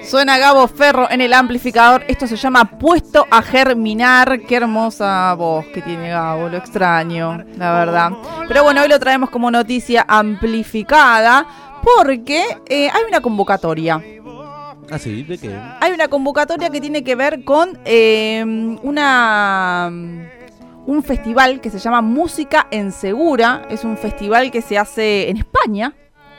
Suena Gabo Ferro en el amplificador. Esto se llama Puesto a Germinar. Qué hermosa voz que tiene Gabo, lo extraño, la verdad. Pero bueno, hoy lo traemos como noticia amplificada porque hay una convocatoria. ¿Ah, sí? ¿De qué? Hay una convocatoria que tiene que ver con un festival que se llama Música en Segura. Es un festival que se hace en España,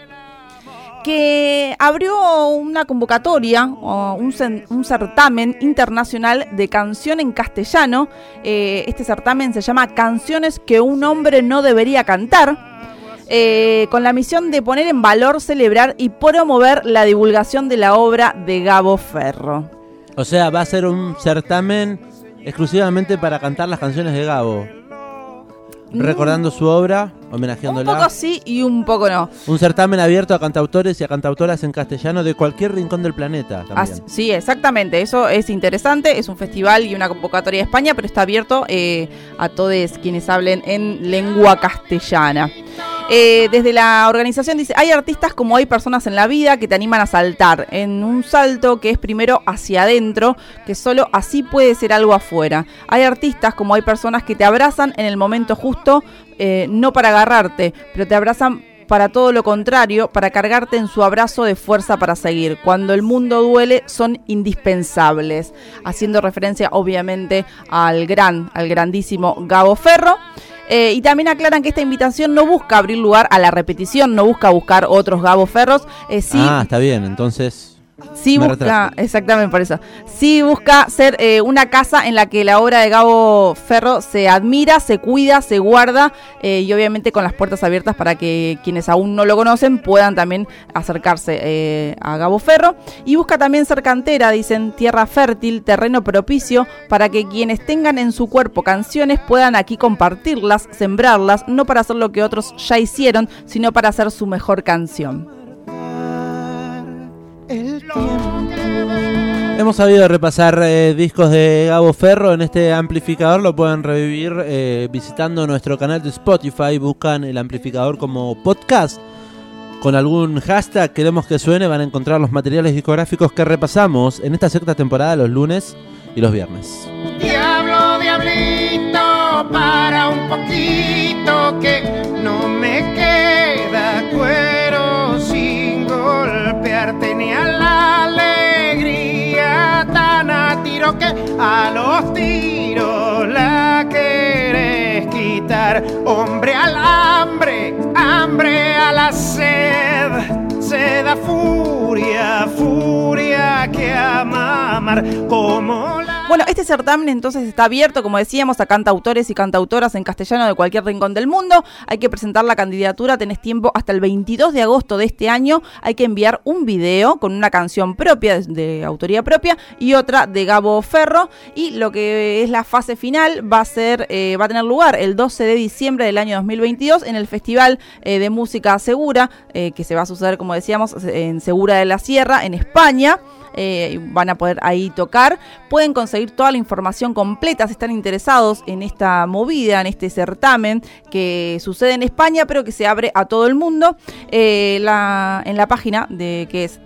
que abrió una convocatoria, un certamen internacional de canción en castellano. Este certamen se llama Canciones que un hombre no debería cantar, con la misión de poner en valor, celebrar y promover la divulgación de la obra de Gabo Ferro. O sea, va a ser un certamen exclusivamente para cantar las canciones de Gabo. Recordando su obra, homenajeándola. Un poco sí y un poco no. Un certamen abierto a cantautores y a cantautoras en castellano de cualquier rincón del planeta también. Sí, exactamente, eso es interesante. Es un festival y una convocatoria de España, pero está abierto a todos quienes hablen en lengua castellana. Desde la organización dice: hay artistas como hay personas en la vida que te animan a saltar en un salto que es primero hacia adentro, que solo así puede ser algo afuera. Hay artistas como hay personas que te abrazan en el momento justo, no para agarrarte, pero te abrazan para todo lo contrario, para cargarte en su abrazo de fuerza para seguir. Cuando el mundo duele, son indispensables. Haciendo referencia obviamente al grandísimo Gabo Ferro. Y también aclaran que esta invitación no busca abrir lugar a la repetición, no busca buscar otros Gabo Ferros. Sí, está bien, entonces... Sí busca, exactamente por eso. Sí busca ser una casa en la que la obra de Gabo Ferro se admira, se cuida, se guarda, y obviamente con las puertas abiertas para que quienes aún no lo conocen puedan también acercarse a Gabo Ferro. Y busca también ser cantera, dicen, tierra fértil, terreno propicio para que quienes tengan en su cuerpo canciones puedan aquí compartirlas, sembrarlas, no para hacer lo que otros ya hicieron, sino para hacer su mejor canción. Hemos sabido repasar discos de Gabo Ferro en este amplificador. Lo pueden revivir visitando nuestro canal de Spotify. Buscan el amplificador como podcast. Con algún hashtag queremos que suene, van a encontrar los materiales discográficos que repasamos en esta sexta temporada los lunes y los viernes. Diablo, diablito, para un poquito que no me queda cuero sin golpearte ni a la alegría tan a tiro que a los tiros la querés quitar. Hombre al hambre, hambre a la sed, sed a furia, furia que ama amar como la... Bueno, este certamen entonces está abierto, como decíamos, a cantautores y cantautoras en castellano de cualquier rincón del mundo. Hay que presentar la candidatura, tenés tiempo hasta el 22 de agosto de este año. Hay que enviar un video con una canción propia, de autoría propia, y otra de Gabo Ferro. Y lo que es la fase final va a tener lugar el 12 de diciembre del año 2022 en el Festival de Música Segura, que se va a suceder, como decíamos, en Segura de la Sierra, en España. Van a poder ahí tocar. Pueden conseguir toda la información completa si están interesados en esta movida, en este certamen que sucede en España pero que se abre a todo el mundo, en la página que es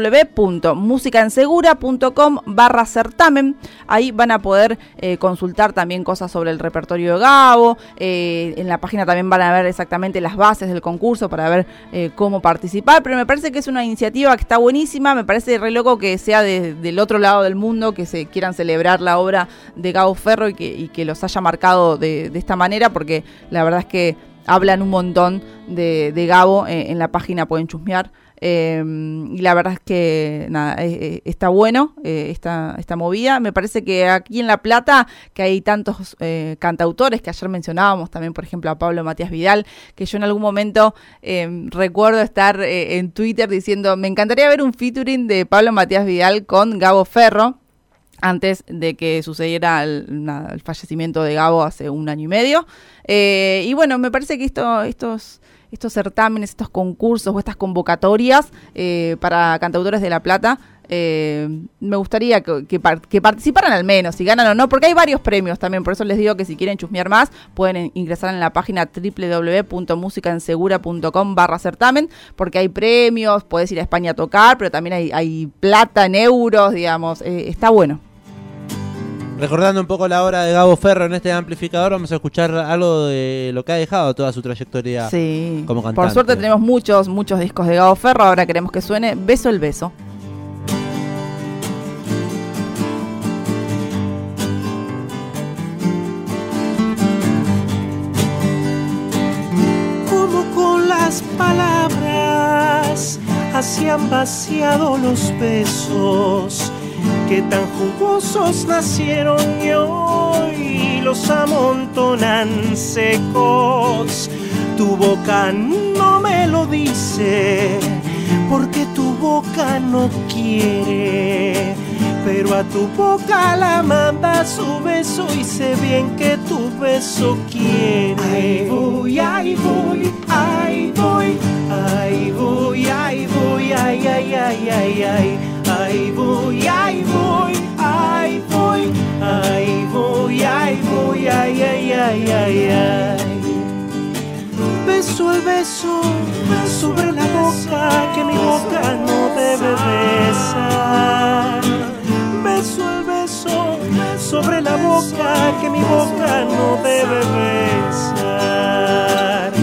www.musicaensegura.com/certamen. Ahí van a poder consultar también cosas sobre el repertorio de Gabo. En la página también van a ver exactamente las bases del concurso para ver cómo participar, pero me parece que es una iniciativa que está buenísima. Me parece re loco que sea del otro lado del mundo, que se quieran celebrar la obra de Gabo Ferro y que los haya marcado de esta manera, porque la verdad es que hablan un montón de Gabo. En la página pueden chusmear. Y la verdad es que nada, está bueno esta movida. Me parece que aquí en La Plata, que hay tantos cantautores que ayer mencionábamos también, por ejemplo a Pablo Matías Vidal, que yo en algún momento recuerdo estar en Twitter diciendo: me encantaría ver un featuring de Pablo Matías Vidal con Gabo Ferro, antes de que sucediera el fallecimiento de Gabo hace 1 año y medio. Y bueno, me parece que estos certámenes, estos concursos o estas convocatorias para cantautores de La Plata Me gustaría que participaran al menos, si ganan o no, porque hay varios premios también, por eso les digo que si quieren chusmear más, pueden ingresar en la página www.musicaensegura.com/certamen, porque hay premios, podés ir a España a tocar, pero también hay plata en euros, digamos, está bueno. Recordando un poco la obra de Gabo Ferro en este amplificador, vamos a escuchar algo de lo que ha dejado toda su trayectoria como cantante. Por suerte tenemos muchos discos de Gabo Ferro, ahora queremos que suene Beso el Beso. Como con las palabras así han vaciado los besos que tan jugosos nacieron y hoy los amontonan secos. Tu boca no me lo dice, porque tu boca no quiere, pero a tu boca la manda su beso y sé bien que tu beso quiere. Ahí voy, ahí voy, ahí voy, ahí voy, ahí voy, ay, ay, ay, ay, ay. Ahí voy, ahí voy, ahí voy, ahí voy, ahí voy, ay, ay, ay, ay, ay. Beso el beso sobre la boca que mi boca no debe besar. Beso el beso sobre la boca que mi boca no debe besar.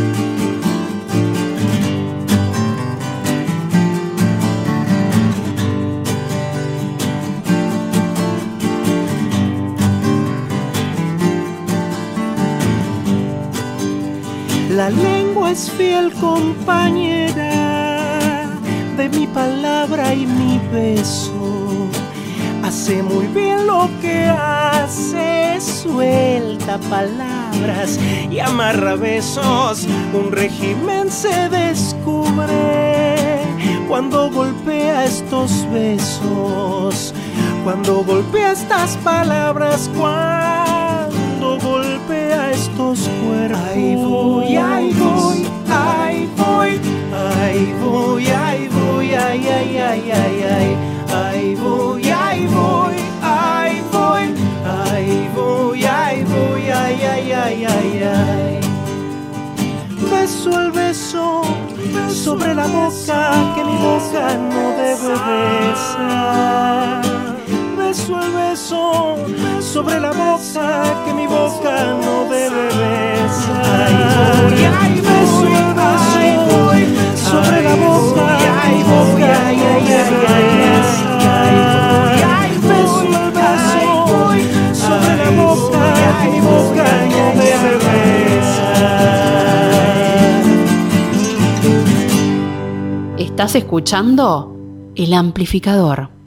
La lengua es fiel compañera de mi palabra y mi beso. Hace muy bien lo que hace, suelta palabras y amarra besos. Un régimen se descubre cuando golpea estos besos, cuando golpea estas palabras, cuando golpea estos cuerpos. Ahí voy, ahí voy, ahí voy, ahí voy, ahí voy, ay, ay, ay, ay, ay. Ahí voy, ahí voy, ahí voy, ahí voy, ahí voy, ay, ay, ay, ay, ay. Beso el beso sobre la boca que mi boca no debe besar. Beso el beso sobre la boca que mi boca no debe besar. Ahí voy, ahí beso el beso sobre la boca que mi boca no debe besar. Beso el beso sobre la boca que mi boca no debe besar. Estás escuchando El Amplificador.